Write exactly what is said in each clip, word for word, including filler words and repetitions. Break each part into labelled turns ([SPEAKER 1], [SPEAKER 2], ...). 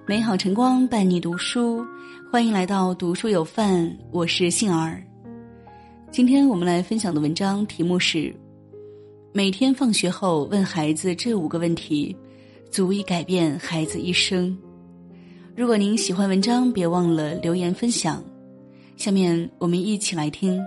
[SPEAKER 1] 美好晨光伴你读书，欢迎来到读书有范，我是杏儿。今天我们来分享的文章题目是每天放学后问孩子这五个问题，足以改变孩子一生。如果您喜欢文章，别忘了留言分享。下面我们一起来听。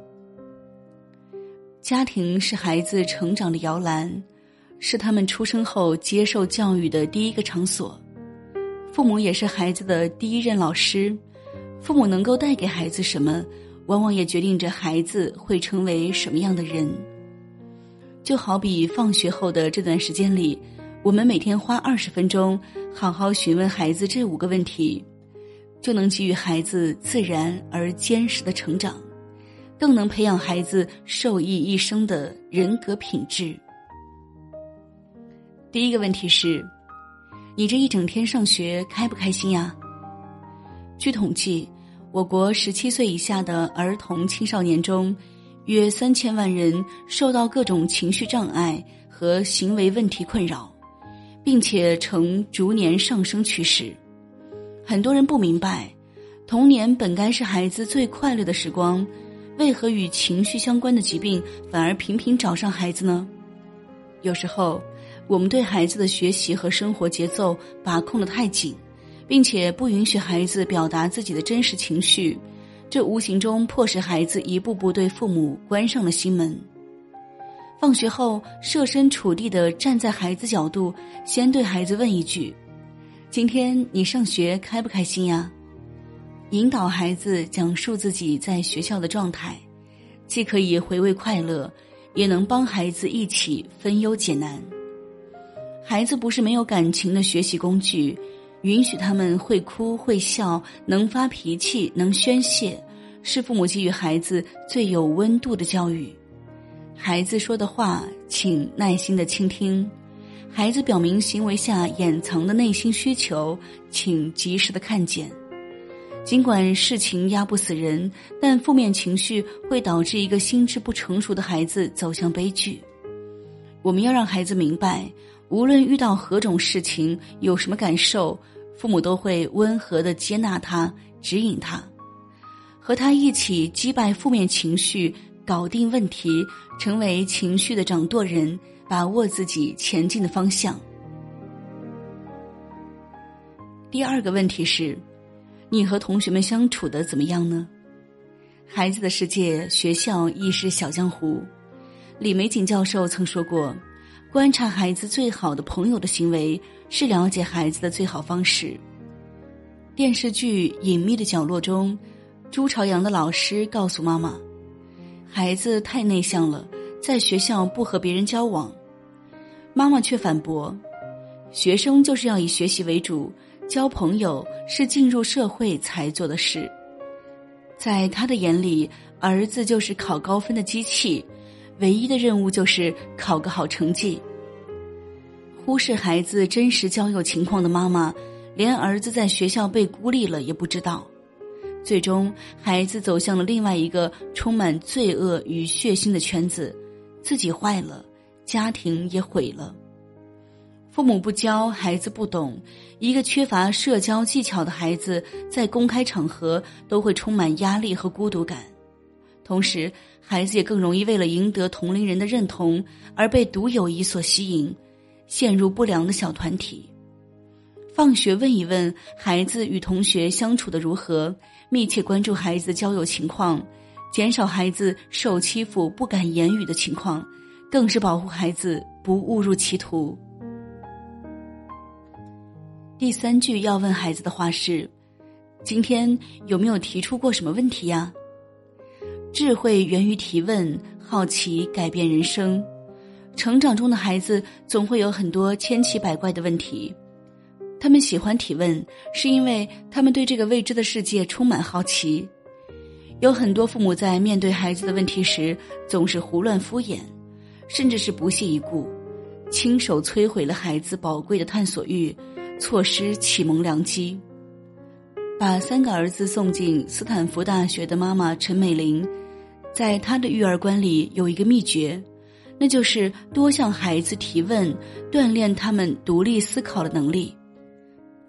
[SPEAKER 1] 家庭是孩子成长的摇篮，是他们出生后接受教育的第一个场所。父母也是孩子的第一任老师，父母能够带给孩子什么，往往也决定着孩子会成为什么样的人。就好比放学后的这段时间里，我们每天花二十分钟好好询问孩子这五个问题，就能给予孩子自然而坚实的成长，更能培养孩子受益一生的人格品质。第一个问题是，你这一整天上学开不开心呀？据统计，我国十七岁以下的儿童青少年中，约三千万人受到各种情绪障碍和行为问题困扰，并且呈逐年上升趋势。很多人不明白，童年本该是孩子最快乐的时光，为何与情绪相关的疾病反而频频找上孩子呢？有时候我们对孩子的学习和生活节奏把控得太紧，并且不允许孩子表达自己的真实情绪，这无形中迫使孩子一步步对父母关上了心门。放学后设身处地地站在孩子角度，先对孩子问一句，今天你上学开不开心呀？引导孩子讲述自己在学校的状态，既可以回味快乐，也能帮孩子一起分忧解难。孩子不是没有感情的学习工具，允许他们会哭会笑，能发脾气，能宣泄，是父母给予孩子最有温度的教育。孩子说的话，请耐心地倾听；孩子表明行为下掩藏的内心需求，请及时地看见。尽管事情压不死人，但负面情绪会导致一个心智不成熟的孩子走向悲剧。我们要让孩子明白，无论遇到何种事情，有什么感受，父母都会温和地接纳他，指引他，和他一起击败负面情绪，搞定问题，成为情绪的掌舵人，把握自己前进的方向。第二个问题是，你和同学们相处的怎么样呢？孩子的世界，学校亦是小江湖。李玫瑾教授曾说过，观察孩子最好的朋友的行为，是了解孩子的最好方式。电视剧《隐秘的角落》中，朱朝阳的老师告诉妈妈，孩子太内向了，在学校不和别人交往。妈妈却反驳，学生就是要以学习为主，交朋友是进入社会才做的事。在他的眼里，儿子就是考高分的机器，唯一的任务就是考个好成绩。忽视孩子真实交友情况的妈妈，连儿子在学校被孤立了也不知道。最终，孩子走向了另外一个充满罪恶与血腥的圈子，自己坏了，家庭也毁了。父母不教，孩子不懂。一个缺乏社交技巧的孩子，在公开场合都会充满压力和孤独感。同时，孩子也更容易为了赢得同龄人的认同，而被独友谊所吸引，陷入不良的小团体。放学问一问孩子与同学相处的如何，密切关注孩子的交友情况，减少孩子受欺负不敢言语的情况，更是保护孩子不误入歧途。第三句要问孩子的话是，今天有没有提出过什么问题呀？智慧源于提问，好奇改变人生。成长中的孩子总会有很多千奇百怪的问题，他们喜欢提问，是因为他们对这个未知的世界充满好奇。有很多父母在面对孩子的问题时，总是胡乱敷衍，甚至是不屑一顾，亲手摧毁了孩子宝贵的探索欲，错失启蒙良机。把三个儿子送进斯坦福大学的妈妈陈美玲，在她的育儿观里有一个秘诀，那就是多向孩子提问，锻炼他们独立思考的能力。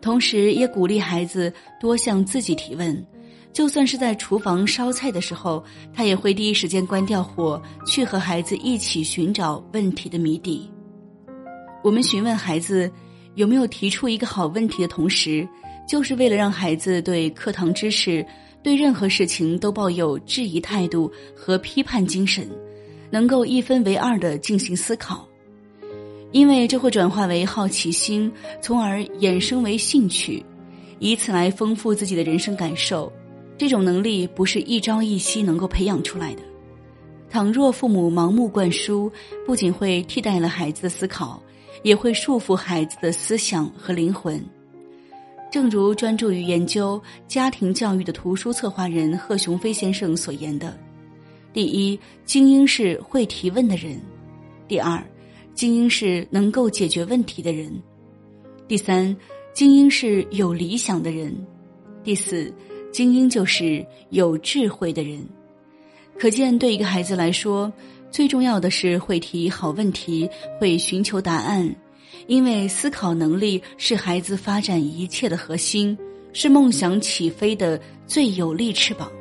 [SPEAKER 1] 同时也鼓励孩子多向自己提问，就算是在厨房烧菜的时候，他也会第一时间关掉火，去和孩子一起寻找问题的谜底。我们询问孩子有没有提出一个好问题的同时，就是为了让孩子对课堂知识、对任何事情都抱有质疑态度和批判精神，能够一分为二地进行思考。因为这会转化为好奇心，从而衍生为兴趣，以此来丰富自己的人生感受。这种能力不是一朝一夕能够培养出来的。倘若父母盲目灌输，不仅会替代了孩子的思考，也会束缚孩子的思想和灵魂。正如专注于研究家庭教育的图书策划人贺雄飞先生所言的：第一，精英是会提问的人；第二，精英是能够解决问题的人；第三，精英是有理想的人；第四，精英就是有智慧的人。可见对一个孩子来说，最重要的是会提好问题，会寻求答案，因为思考能力是孩子发展一切的核心，是梦想起飞的最有力翅膀。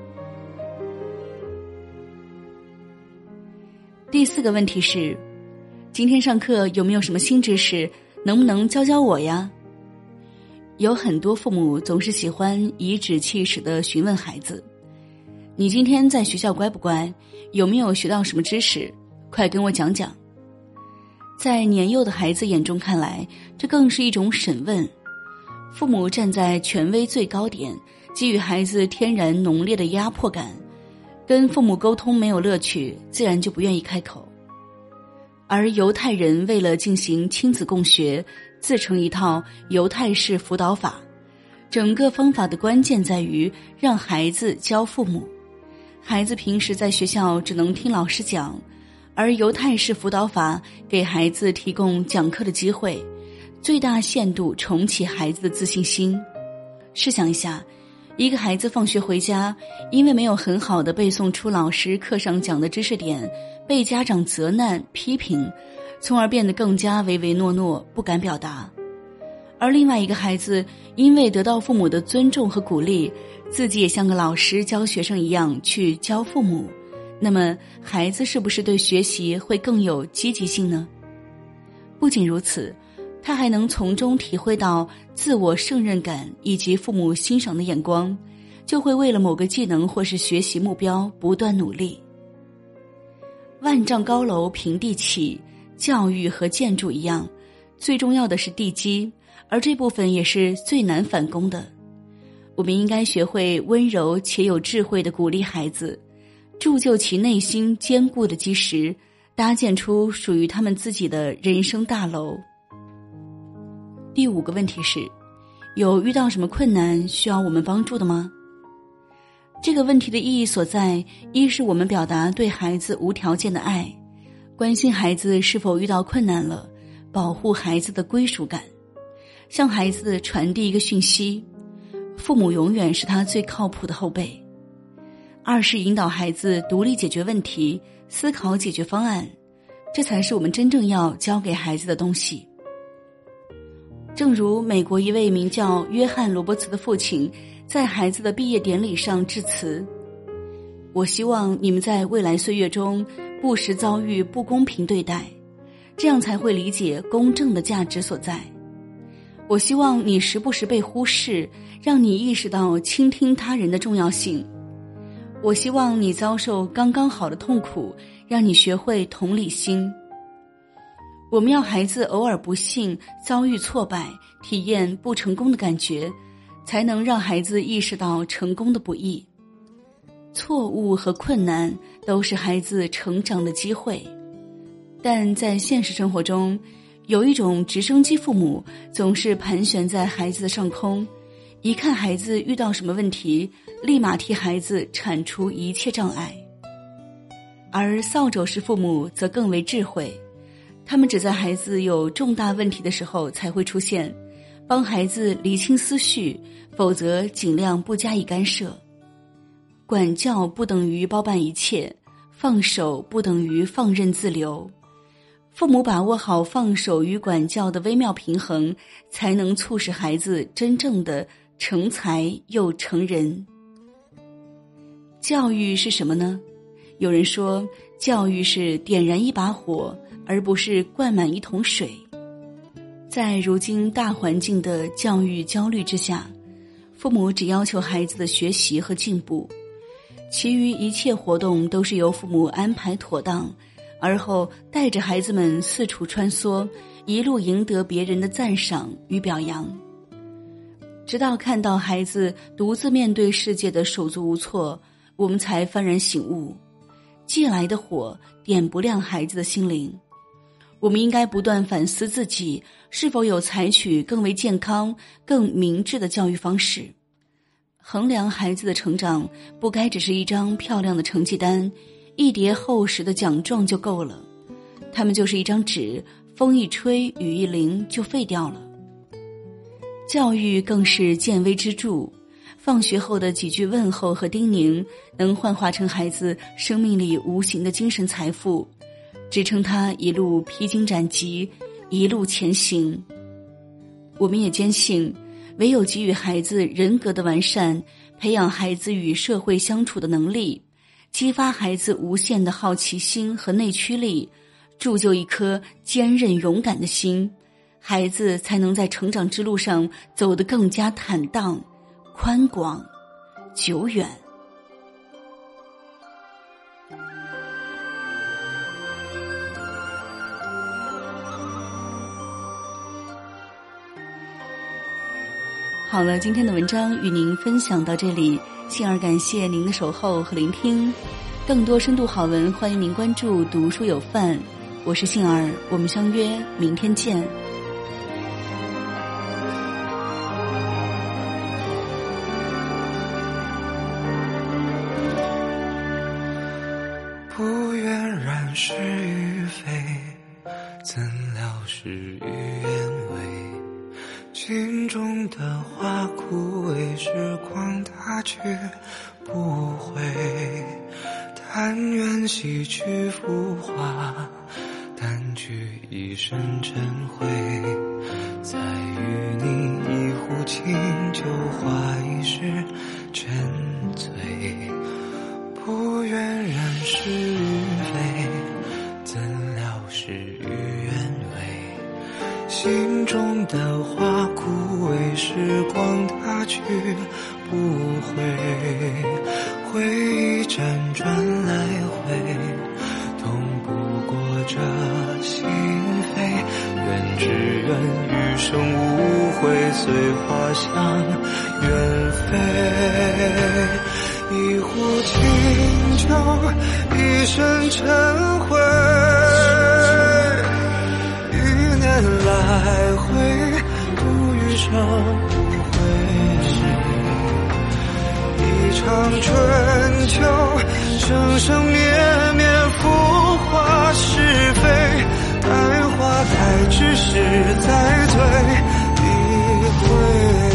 [SPEAKER 1] 第四个问题是，今天上课有没有什么新知识，能不能教教我呀？有很多父母总是喜欢颐指气使地询问孩子，你今天在学校乖不乖？有没有学到什么知识？快跟我讲讲。在年幼的孩子眼中看来，这更是一种审问。父母站在权威最高点，给予孩子天然浓烈的压迫感，跟父母沟通没有乐趣，自然就不愿意开口。而犹太人为了进行亲子共学，自成一套犹太式辅导法，整个方法的关键在于让孩子教父母。孩子平时在学校只能听老师讲，而犹太式辅导法给孩子提供讲课的机会，最大限度重启孩子的自信心。试想一下，一个孩子放学回家，因为没有很好的背诵出老师课上讲的知识点，被家长责难批评，从而变得更加唯唯诺诺，不敢表达。而另外一个孩子因为得到父母的尊重和鼓励，自己也像个老师教学生一样去教父母，那么孩子是不是对学习会更有积极性呢？不仅如此，他还能从中体会到自我胜任感以及父母欣赏的眼光，就会为了某个技能或是学习目标不断努力。万丈高楼平地起，教育和建筑一样，最重要的是地基，而这部分也是最难反攻的。我们应该学会温柔且有智慧地鼓励孩子，铸就其内心坚固的基石，搭建出属于他们自己的人生大楼。第五个问题是，有遇到什么困难需要我们帮助的吗？这个问题的意义所在，一是我们表达对孩子无条件的爱，关心孩子是否遇到困难了，保护孩子的归属感，向孩子传递一个讯息，父母永远是他最靠谱的后辈。二是引导孩子独立解决问题，思考解决方案，这才是我们真正要教给孩子的东西。正如美国一位名叫约翰·罗伯茨的父亲在孩子的毕业典礼上致辞，我希望你们在未来岁月中不时遭遇不公平对待，这样才会理解公正的价值所在。我希望你时不时被忽视，让你意识到倾听他人的重要性。我希望你遭受刚刚好的痛苦，让你学会同理心。我们要孩子偶尔不幸遭遇挫败，体验不成功的感觉，才能让孩子意识到成功的不易。错误和困难都是孩子成长的机会，但在现实生活中，有一种直升机父母总是盘旋在孩子的上空，一看孩子遇到什么问题，立马替孩子铲除一切障碍。而扫帚式父母则更为智慧，他们只在孩子有重大问题的时候才会出现，帮孩子理清思绪，否则尽量不加以干涉。管教不等于包办一切，放手不等于放任自流。 父母把握好放手与管教的微妙平衡，才能促使孩子真正的成才又成人。教育是什么呢？有人说，教育是点燃一把火，而不是灌满一桶水。在如今大环境的教育焦虑之下，父母只要求孩子的学习和进步，其余一切活动都是由父母安排妥当，而后带着孩子们四处穿梭，一路赢得别人的赞赏与表扬。直到看到孩子独自面对世界的手足无措，我们才幡然醒悟，借来的火点不亮孩子的心灵。我们应该不断反思自己是否有采取更为健康、更明智的教育方式。衡量孩子的成长，不该只是一张漂亮的成绩单，一叠厚实的奖状就够了，他们就是一张纸，风一吹雨一淋就废掉了。教育更是见微知著，放学后的几句问候和叮咛，能幻化成孩子生命里无形的精神财富，支撑他一路披荆斩棘，一路前行。我们也坚信，唯有给予孩子人格的完善，培养孩子与社会相处的能力，激发孩子无限的好奇心和内驱力，铸就一颗坚韧勇敢的心，孩子才能在成长之路上走得更加坦荡、宽广、久远。好了，今天的文章与您分享到这里，幸而感谢您的守候和聆听。更多深度好文，欢迎您关注读书有范，我是幸儿，我们相约明天见。
[SPEAKER 2] 不愿染是与非，怎料事与愿违。心中的花枯萎，时光它却不回。但愿洗去浮华，淡去一身尘灰。再与你一壶清酒，话一世沉醉。不愿染是与非，怎料事与愿违。心中的花枯萎，时光它去不回。回忆辗转来回，痛不过这心扉。愿只愿余生无悔，随花香远飞。一壶清酒，一身尘灰。一年来回，度余生无悔。一场春秋，生生灭灭，浮华是非。待花开之时，再醉一回。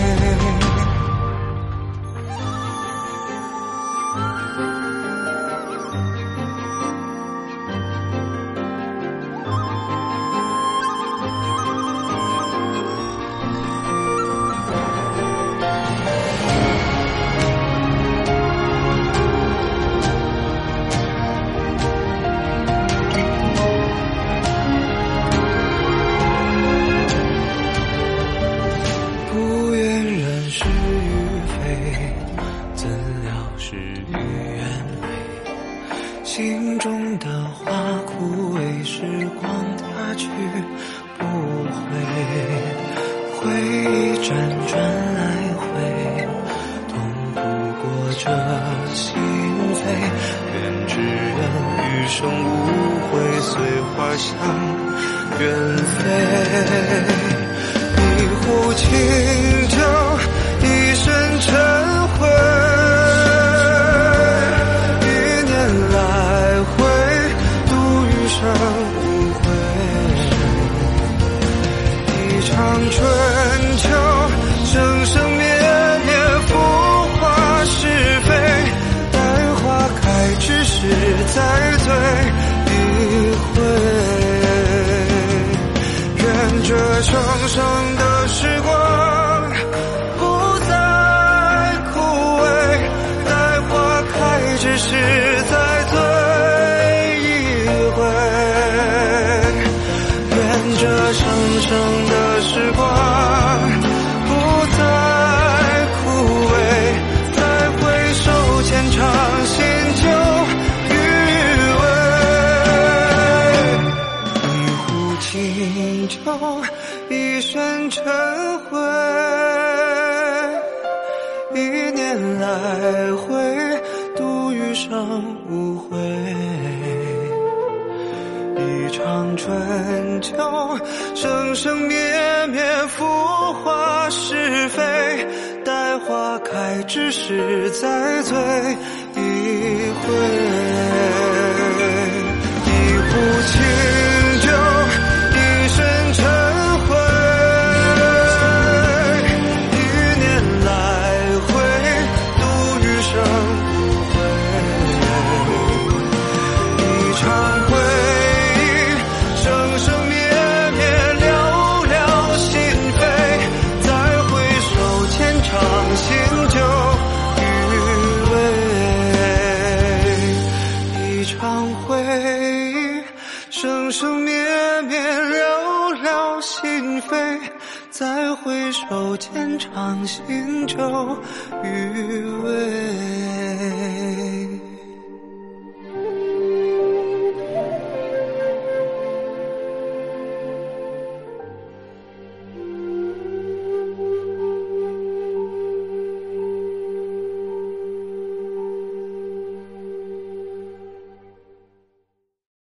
[SPEAKER 2] 心中的花枯萎，时光它去不回。回忆辗转来回，痛不过这心扉。愿只愿余生无悔，随花香远飞。一壶清酒，一身尘灰。春秋，生生灭灭，浮华是非。待花开之时，再醉一回。 这生生的时光不再枯萎，待花开之时再醉一回。愿这生生的时光不再枯萎，再回首浅尝心酒余味。一壶清酒，一身尘灰，一年来回，度余生无悔。一场春秋，生生灭灭，浮华是非，待花开之时再醉一回。一壶清酒，一身尘灰，一年来回，度余生无悔。一场回忆，生生灭灭，寥寥心扉，再回首浅尝心酒余味。一场回忆，生生灭灭，寥寥心扉，再回首浅尝心酒余味。